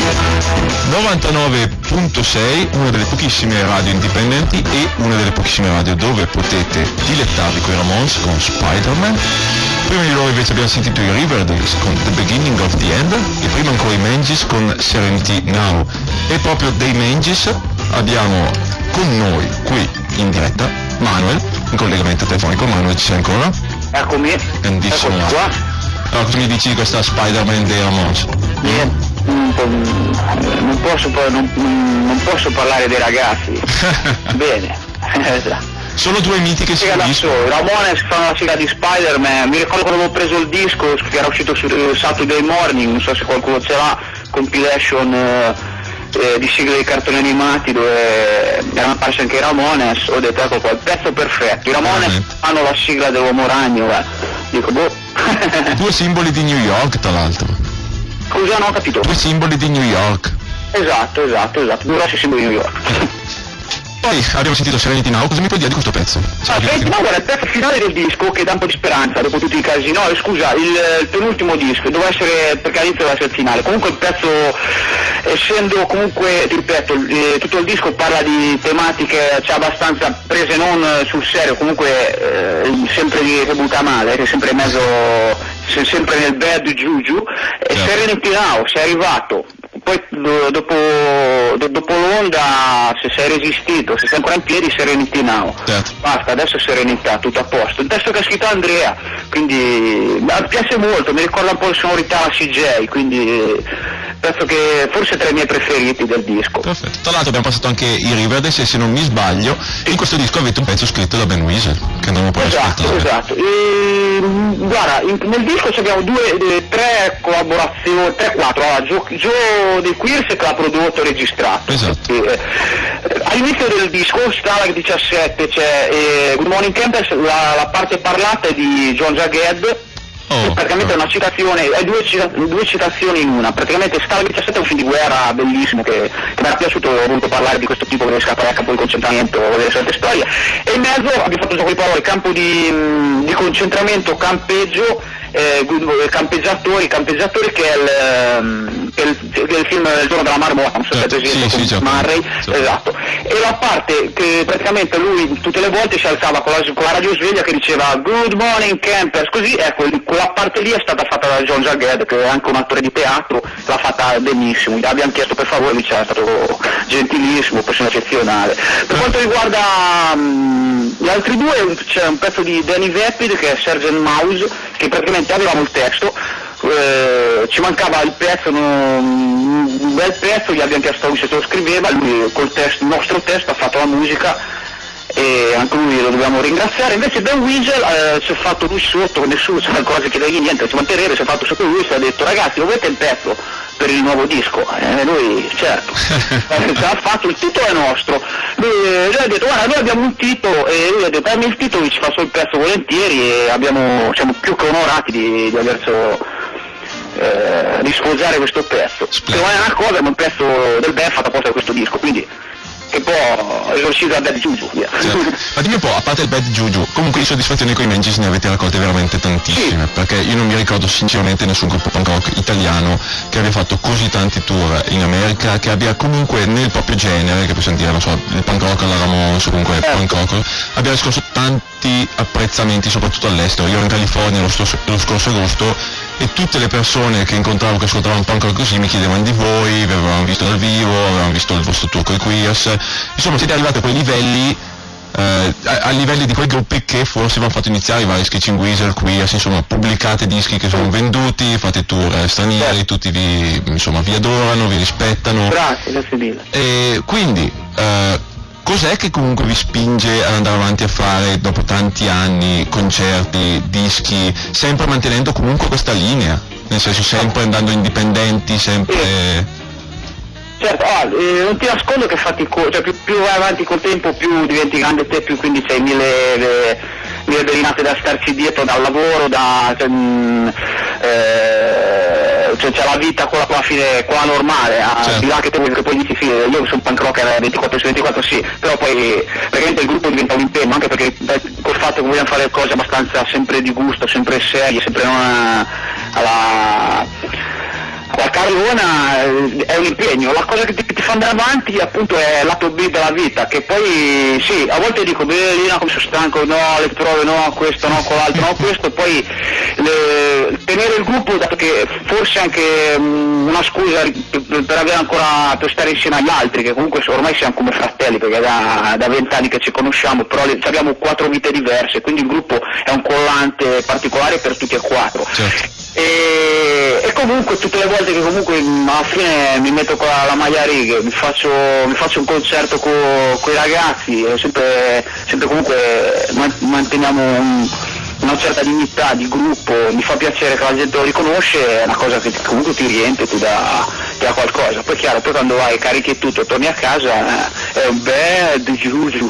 novantanove virgola sei, una delle pochissime radio indipendenti e una delle pochissime radio dove potete dilettarvi con i Ramones con Spider-Man. Prima di loro invece abbiamo sentito i Riverdales con The Beginning of the End e prima ancora i Mangis con Serenity Now. E proprio dei Mangis abbiamo con noi qui in diretta Manuel, in collegamento telefonico. Manuel, ci sei ancora? Eccomi, Grandissimo. eccoci qua. Allora, cosa mi dici di questa Spider-Man dei Ramones? Niente, non posso, non, non posso parlare dei ragazzi. Bene, esatto. Sono due mitiche Sigla da sigla. solo, Ramones fanno la sigla di Spider-Man, mi ricordo quando avevo preso il disco che era uscito su Saturday Morning, non so se qualcuno ce l'ha, compilation eh, eh, di sigle di cartoni animati dove erano apparsi anche i Ramones, ho detto ecco qua, il pezzo perfetto, i Ramones Ah, fanno la sigla dell'Uomo Ragno, eh. Dico boh. Due simboli di New York, tra l'altro. Scusa, non ho capito. Due simboli di New York. Esatto, esatto, esatto, due grossi simboli di New York. Poi abbiamo sentito Serenity Now, cosa mi puoi dire di questo pezzo? Ah, senti, ma guarda, il pezzo finale del disco che dà un po' di speranza dopo tutti i casi, no, scusa, il, il penultimo disco, doveva essere, perché all'inizio doveva essere il finale, comunque il pezzo, essendo comunque, ti ripeto, eh, tutto il disco parla di tematiche, cioè abbastanza prese non sul serio, comunque eh, sempre di che butta male, che è sempre in mezzo, se- sempre nel bad juju, e Certo. Serenity Now, sei arrivato, poi do- dopo, do- dopo l'onda, se sei resistito, se sei ancora in piedi, Serenity Now. Certo. Basta, adesso serenità, tutto a posto. Il testo che ha scritto Andrea, quindi mi piace molto, mi ricorda un po' la sonorità alla C J, quindi penso che forse è tra i miei preferiti del disco. Perfetto. Tra l'altro abbiamo passato anche i Riverdales e se non mi sbaglio, in questo disco avete un pezzo scritto da Ben Weasel, che andremo poi ad Esatto, ascoltare. esatto. E, mh, guarda, in- nel disco ci abbiamo due, eh, tre collaborazioni, tre, quattro. Allora, Joe, Joe De Queers che l'ha prodotto e registrato. Esatto. E, eh, all'inizio del disco, Stalag diciassette, c'è eh, Good Morning Campers, la, la parte parlata è di John Jaghead. Oh, Praticamente è una citazione, è due, cita- due citazioni in una, praticamente Stalag diciassette è un film di guerra bellissimo che, che mi era piaciuto, ho voluto parlare di questo tipo che scappa dal campo di concentramento, delle solite storie, e in mezzo abbiamo fatto un gioco di parole, campo di, mh, di concentramento, campeggio, eh, gu- campeggiatori, campeggiatori che è il, ehm, che è il, che è il film Il giorno della marmota, non so se Certo, è presente, sì, con sì, certo. Murray, Certo. esatto, e la parte che praticamente lui tutte le volte si alzava con la, con la radio sveglia che diceva Good Morning Campers, così ecco, quella parte lì è stata fatta da John Jaghead che è anche un attore di teatro, l'ha fatta benissimo, gli abbiamo chiesto per favore, lui c'è stato gentilissimo, persona eccezionale. Per quanto riguarda mh, gli altri due c'è un pezzo di Danny Vapid che è Sergeant Mouse, che praticamente avevamo il testo, eh, ci mancava il pezzo, non- un bel pezzo, gli abbiamo chiesto a lui se lo scriveva, lui col testo, il nostro testo ha fatto la musica e anche lui lo dobbiamo ringraziare. Invece Ben Weasel eh, ci ha fatto lui sotto, nessuno sa ancora se chiedergli niente, ci mantenere, si è fatto sotto lui, si è detto ragazzi lo volete il pezzo per il nuovo disco? E noi certo, eh, ha fatto, il titolo è nostro, lui, lui ha detto guarda noi abbiamo un titolo e lui ha detto dammi il titolo, ci fa solo il pezzo volentieri e abbiamo, siamo più che onorati di, di avercelo eh, di sfoggiare questo pezzo. Se non è una cosa, è un pezzo del band fatto apposta per questo disco, quindi che può esorcizzare Bad Juju, via. Certo. Ma dimmi un po', a parte il Bad Juju, comunque di soddisfazioni con i Mangis ne avete raccolte veramente tantissime, perché io non mi ricordo sinceramente nessun gruppo punk rock italiano che abbia fatto così tanti tour in America, che abbia comunque nel proprio genere, che possiamo dire, non so, il punk rock alla Ramones o comunque il punk rock, abbia riscosso tanti apprezzamenti soprattutto all'estero. Io ero in California lo, scorso- lo scorso agosto e tutte le persone che incontravo che ascoltavano punk rock così mi chiedevano di voi, vi avevano visto dal vivo, avevano visto il vostro tour con i Queers, insomma siete arrivati a quei livelli, eh, a, a livelli di quei gruppi che forse vi hanno fatto iniziare i vari Screeching Weasel, Queers, insomma pubblicate dischi che sono venduti, fate tour eh, stranieri, tutti vi, insomma, vi adorano, vi rispettano. Grazie, grazie mille. E quindi eh, cos'è che comunque vi spinge ad andare avanti a fare dopo tanti anni concerti, dischi, sempre mantenendo comunque questa linea? Nel senso sempre andando indipendenti, sempre... Certo, ah, eh, non ti nascondo che fatico, cioè più, più vai avanti col tempo più diventi grande te, più quindi c'hai mille, le, mille belinate da starci dietro, dal lavoro, da... Cioè, mh, eh, cioè c'è la vita quella, quella fine, quella normale, a Certo. di là che te vuoi che poi dici sì, io sono punk rocker ventiquattro su ventiquattro sì, però poi praticamente il gruppo diventa un impegno, anche perché beh, col fatto che vogliamo fare cose abbastanza sempre di gusto, sempre serie, sempre non a- alla La Carlona eh, è un impegno, la cosa che ti, ti fa andare avanti appunto è il lato B della vita, che poi sì, a volte dico beh lì no, come sono stanco, no, le prove no, questo no, quell'altro no, questo, poi le, tenere il gruppo, dato che forse anche mh, una scusa per, per avere ancora, per stare insieme agli altri, che comunque ormai siamo come fratelli, perché da vent'anni che ci conosciamo, però le, abbiamo quattro vite diverse, quindi il gruppo è un collante particolare per tutti e quattro. Certo. E, e comunque tutte le volte che comunque alla fine mi metto con la, la maglia a righe, mi faccio, mi faccio un concerto con i ragazzi, e sempre, sempre comunque man, manteniamo un, una certa dignità di gruppo, mi fa piacere che la gente lo riconosce, è una cosa che comunque ti riempie, ti dà, ti dà qualcosa. Poi chiaro, poi quando vai, carichi tutto e torni a casa è un bel giugiu.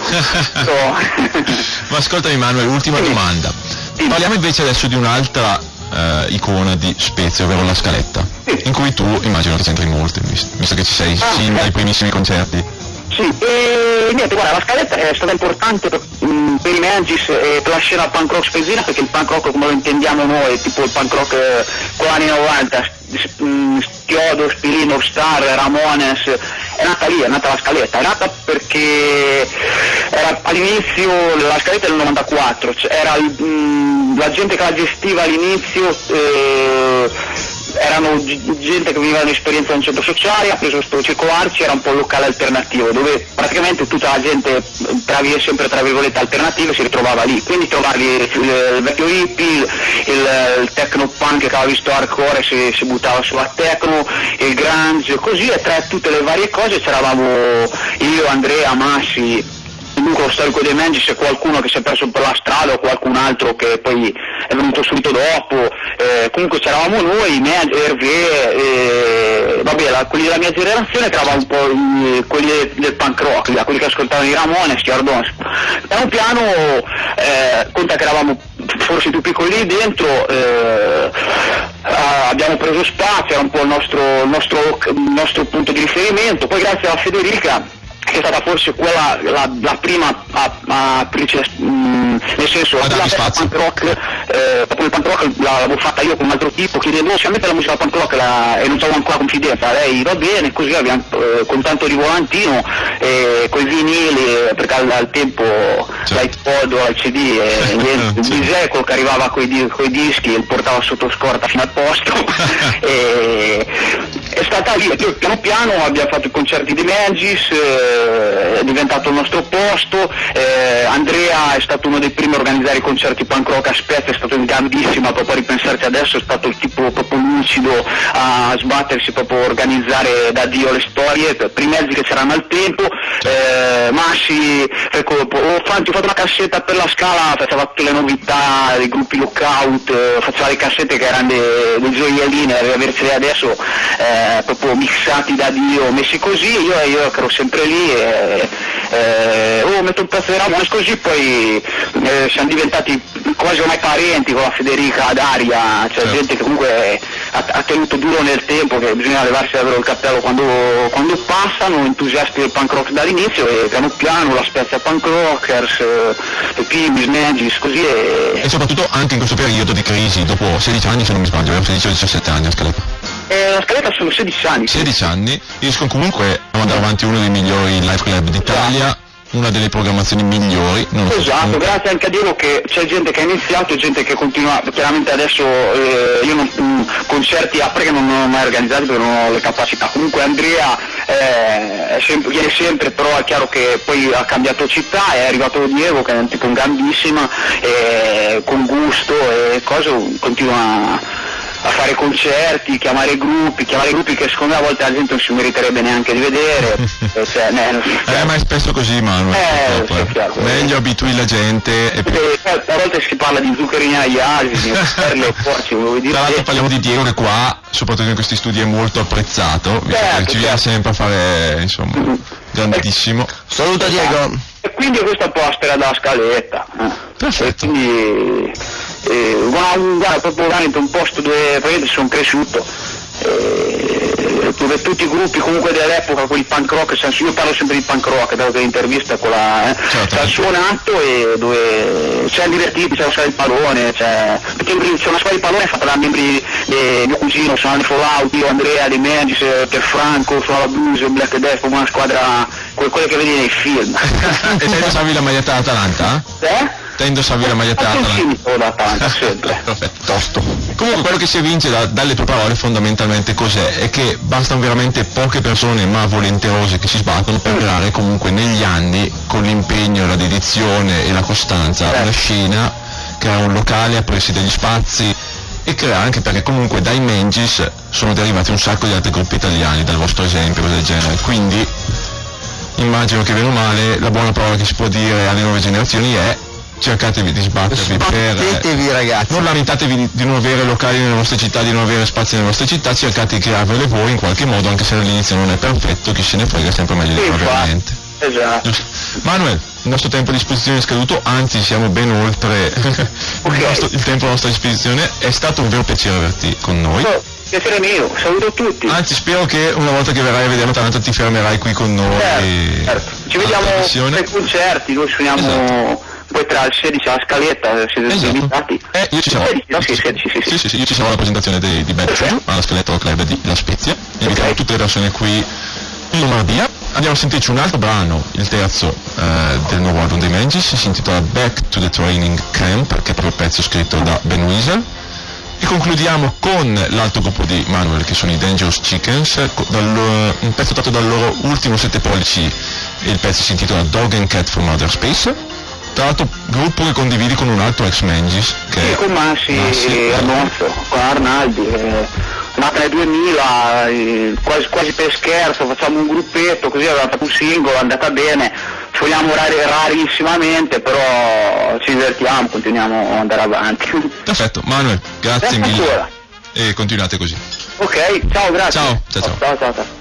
Ma ascoltami Manuel, ultima Sì. domanda. Sì. Parliamo invece adesso di un'altra eh, icona di Spezia, ovvero la Scaletta, Sì. in cui tu immagino che c'entri molto, vis- visto che ci sei Ah, sin eh. dai primissimi concerti. Sì, e niente, guarda, la Scaletta è stata importante per, mh, per i Mangis e per la scena punk rock spezina, perché il punk rock come lo intendiamo noi, tipo il punk rock eh, con gli anni novanta, mh, Chiodo, Spirino, Star, Ramones, è nata lì, è nata la Scaletta, è nata perché era all'inizio, la Scaletta del novantaquattro, cioè era il, mh, la gente che la gestiva all'inizio, eh, erano g- gente che viveva un'esperienza in un centro sociale, ha preso questo Circo Arci, era un po' un locale alternativo, dove praticamente tutta la gente, tra, vir- sempre tra virgolette alternative, si ritrovava lì, quindi trovavi il, il vecchio hippie, il, il, il techno punk che aveva visto hardcore e si, si buttava sulla techno, il grunge, così, e tra tutte le varie cose c'eravamo io, Andrea, Massi, il nucleo storico dei Mangis, e qualcuno che si è perso per la strada o qualcun altro che poi è venuto subito dopo, eh, comunque c'eravamo noi, me, Hervé, eh, vabbè, la, quelli della mia generazione che eravamo un po' i, quelli del, del punk rock, quelli che ascoltavano i Ramones, gli Ardons. Piano piano, eh, conta che eravamo forse più piccoli lì dentro, eh, abbiamo preso spazio, era un po' il nostro, il nostro, il nostro punto di riferimento, poi grazie alla Federica, che è stata forse quella la, la prima a, a aprirci, mh, nel senso A la darvi festa spazio. punk rock, eh, proprio il punk rock l'avevo fatta io con un altro tipo, chiedendo se a mettere la musica punk rock la, e non c'avevo ancora confidenza, lei va bene, così abbiamo eh, con tanto di volantino, eh, con i vinili, eh, perché al, al tempo Certo. l'iPod o il C D, eh, niente, il Sì. Biseco che arrivava con i dischi e il portava sotto scorta fino al posto. E, è stata lì, e poi piano piano abbiamo fatto i concerti di Mangis, eh, è diventato il nostro posto, eh, Andrea è stato uno dei primi a organizzare i concerti punk rock a Spezia, è stato in gambissima, proprio a ripensarci adesso, è stato il tipo proprio lucido a sbattersi, proprio a organizzare da Dio le storie per, per i mezzi che c'erano al tempo, eh, Massi, ecco, ho fatto, ho fatto una cassetta per la Scala, faceva tutte le novità, i gruppi lockout, eh, faceva le cassette che erano dei, dei gioiellini, e averceli adesso eh, proprio mixati da Dio, messi così, io, io che ero sempre lì e eh, oh, metto un pezzo di Ramones così, poi eh, siamo diventati quasi ormai parenti con la Federica, Daria, cioè Certo. gente che comunque ha, ha tenuto duro nel tempo, che bisogna levarsi davvero il cappello quando, quando passano, entusiasti del punk rock dall'inizio, e piano piano la Spezia Punk Rockers, eh, i Pimis, Mangis, così e... E soprattutto anche in questo periodo di crisi, dopo sedici anni se non mi sbaglio, vero? sedici o diciassette anni a Scaletta. Eh, la Scaletta sono sedici anni. sedici anni, riescono comunque a mandare avanti uno dei migliori live club d'Italia, una delle programmazioni migliori. Non lo so, Esatto, comunque- grazie anche a Dio che c'è gente che ha iniziato e gente che continua, chiaramente adesso eh, io non, mh, concerti a perché non ho mai organizzati perché non ho le capacità, comunque Andrea eh, è sempre, viene sempre, però è chiaro che poi ha cambiato città, è arrivato Diego che è un tipo gambissima, e con gusto e cose continua a fare concerti, chiamare gruppi, chiamare gruppi che secondo me a volte la gente non si meriterebbe neanche di vedere. eh, cioè, ne- Eh, ma è spesso così, Manuel. Eh, purtroppo, sì, eh. chiaro. Meglio abitui la gente e più... Eh, a volte si parla di zuccherini agli asini, perle e porci, volevo dire. Tra l'altro parliamo di Diego che qua, soprattutto in questi studi, è molto apprezzato, visto Certo, che ci viene certo. sempre a fare, insomma, grandissimo. Saluta Diego. E quindi questa posta era dalla Scaletta. eh. Perfetto. E quindi eh, guarda, guarda, proprio veramente un posto dove praticamente sono cresciuto. Eh, dove tutti i gruppi comunque dell'epoca, quelli punk rock, io parlo sempre di punk rock, dato che l'intervista con la eh, certo. c'è il suonato e dove c'è divertiti, c'è la squadra di pallone, c'è, c'è una squadra di pallone fatta da membri di mio cugino, sono di Fallout, io, Andrea, di Mengis, Pierfranco, suonava blues, Black Death, una squadra que- quelle che vedi nei film. E te indossavi la maglietta dell'Atalanta? Eh? Te indossavi la maglietta dell'Atalanta? dell'Atalanta, sempre. Perfetto, tosto. Comunque quello che si evince da, dalle tue parole fondamentalmente cos'è? È che bastano veramente poche persone ma volenterose che si sbattono per creare comunque negli anni, con l'impegno, la dedizione e la costanza, Eh. una scena, creare un locale, aprirsi degli spazi e creare, anche perché comunque dai Mengis sono derivati un sacco di altri gruppi italiani, dal vostro esempio, cose del genere. Quindi immagino che bene o male la buona parola che si può dire alle nuove generazioni è: cercatevi di sbattervi per... Sbattetevi, ragazzi. Non lamentatevi di, di non avere locali nelle vostre città, di non avere spazi nelle vostre città, cercate di crearvele voi in qualche modo, anche se all'inizio non è perfetto, chi se ne frega, è sempre meglio di Sì, non avere infatti. niente. Esatto. Giusto. Manuel, il nostro tempo a disposizione è scaduto, anzi siamo ben oltre il, nostro- il tempo a nostra disposizione. È stato un vero piacere averti con noi. Oh, piacere mio, saluto tutti. Anzi, spero che una volta che verrai a vederlo tanto ti fermerai qui con noi. Certo, certo. Ci alla vediamo trasmissione. ai concerti, noi suoniamo Esatto. poi tra il sedici alla scaletta, siete Esatto. invitati. Eh, io ci sarò. sedici, no? Sì, sedici, sì, sì. Sì, sì, sì, io ci sarò alla presentazione dei, di Bad Juju alla Scaletta Club di La Spezia. Invitiamo Ok. tutte le persone qui in Lombardia. Andiamo a sentirci un altro brano, il terzo eh, del nuovo album dei Mengis, si intitola Back to the Training Camp, che è proprio il pezzo scritto da Ben Weasel. E concludiamo con l'altro gruppo di Manuel, che sono i Dangerous Chickens, co- dal loro- un pezzo tratto dal loro ultimo sette pollici, e il pezzo si intitola Dog and Cat from Outer Space. Tra l'altro gruppo che condividi con un altro ex Mengis, che Sì, è con Massi Massi, e Arnozzo, con Arnaldi, eh, nata nel duemila, eh, quasi, quasi per scherzo, facciamo un gruppetto, così avevamo fatto un singolo, è andata bene, suoniamo rari, rarissimamente, però ci divertiamo, continuiamo ad andare avanti. Perfetto, Manuel, grazie Grazie mille ancora. e continuate così. Ok, ciao, grazie. Ciao, ciao, ciao. Ciao, ciao, ciao.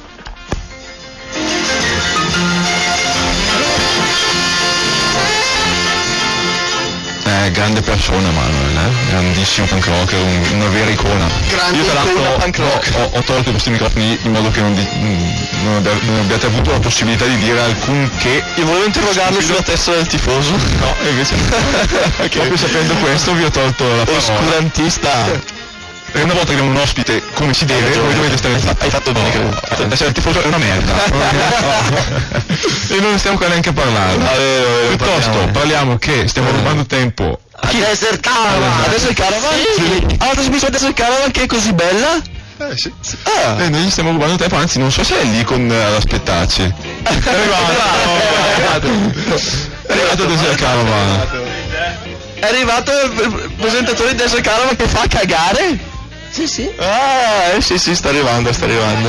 Eh, grande persona Manuel, eh? Grandissimo punk rocker, un- una vera icona. Grande Io tra icona l'altro punk rock. ho, ho tolto questi microfoni in modo che non, di- mm, non abbia- non abbiate avuto la possibilità di dire alcunché. Io volevo interrogarlo sulla testa del tifoso. No, e invece proprio sapendo questo vi ho tolto la parola. Oscurantista. E una volta che abbiamo un ospite come si deve, voi dovete stare Hai fatto bene, credo. essere il tifoso è una merda. E non stiamo qua neanche a parlare. Piuttosto parliamo. parliamo che stiamo rubando tempo. A Desert Caravan. A Desert Caravan? Sì. Ah, la trasmissione Desert Caravan che è così bella? Eh sì. Ah. E noi gli stiamo rubando tempo, anzi non so se è lì con eh, ad aspettarci. È arrivato. È arrivato Desert Caravan. È arrivato il presentatore di Desert Caravan che fa cagare? Sì, sì. Ah, eh, sì, sì, sta arrivando, sta arrivando.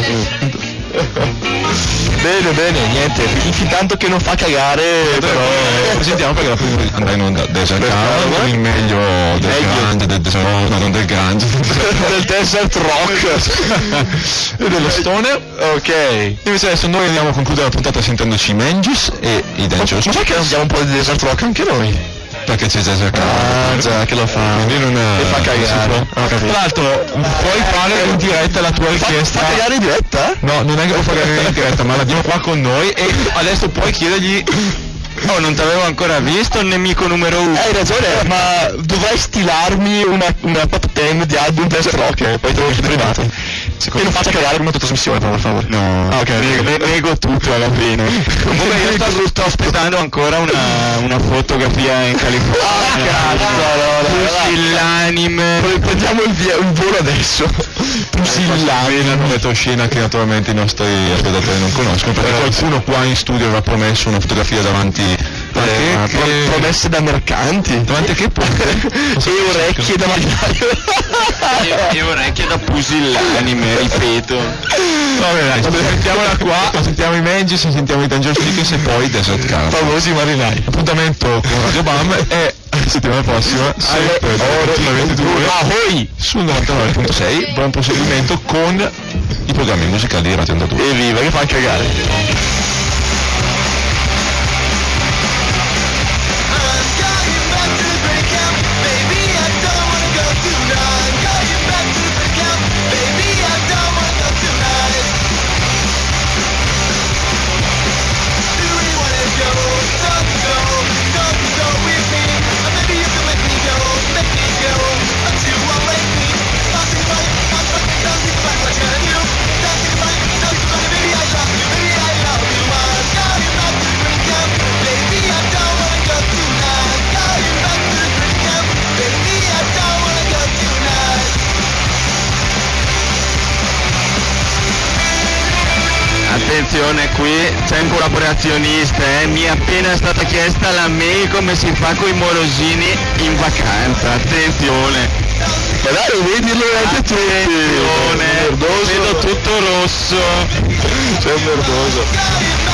Bene, bene, niente. Fin tanto che non fa cagare, però... Presentiamo perché la prima andrà in onda Desert Caravan con il meglio del Meglio. grande, del desert, no, non del grande. del desert rock E dello stoner. Ok. Invece adesso noi andiamo a concludere la puntata sentendoci i Mengis e i Dangerous. Ma sai che abbiamo un po' di desert rock anche noi? Perché c'è Desert Ah, Caravan. già, che lo fa. Quindi non è... E fa cagare. non si può. Ho capito. Tra l'altro puoi fare in diretta la tua richiesta. Fa cagare in diretta? No, non è che puoi fare in diretta, ma l'abbiamo qua con noi e adesso puoi chiedergli. Oh, non t'avevo ancora visto il nemico numero uno. Hai ragione, ma dovrai stilarmi una, una top ten di album desert rock e poi te lo chiudo privato. Che non faccia cagare come tua trasmissione, per favore. No, Ah, ok. nego, nego tutto alla fine. Comunque io sto, sto aspettando ancora una, una fotografia in California. Ah, cazzo, Pusillanime. Prendiamo il, via, il volo adesso. Pusillani, la nuova scena che naturalmente i nostri ascoltatori non conoscono, perché qualcuno qua in studio aveva promesso una fotografia davanti a Eh, che, pro- che- promesse da mercanti. davanti a che punto? E orecchie da marinaio. E, e orecchie da pusillanime, ripeto. Vabbè dai, sentiamola qua, sentiamo i Mengis, sentiamo i Dangerous Chickens e poi Desert Caravan. Famosi marinai. Appuntamento con Radio Bam e la settimana prossima sempre alle ventidue Ahoy! sul novantanove virgola sei. Buon proseguimento con i programmi musicali di Radio Onda due. Evviva, che fa cagare. Baby, I don't wanna go tonight. Attenzione, qui c'è un collaborazionista, eh. Mi è appena stata chiesta la mail come si fa con i morosini in vacanza. Attenzione. Ma dai, vedilo anche tu. Attenzione. Merdoso. Vedo tutto rosso. Sei un merdoso.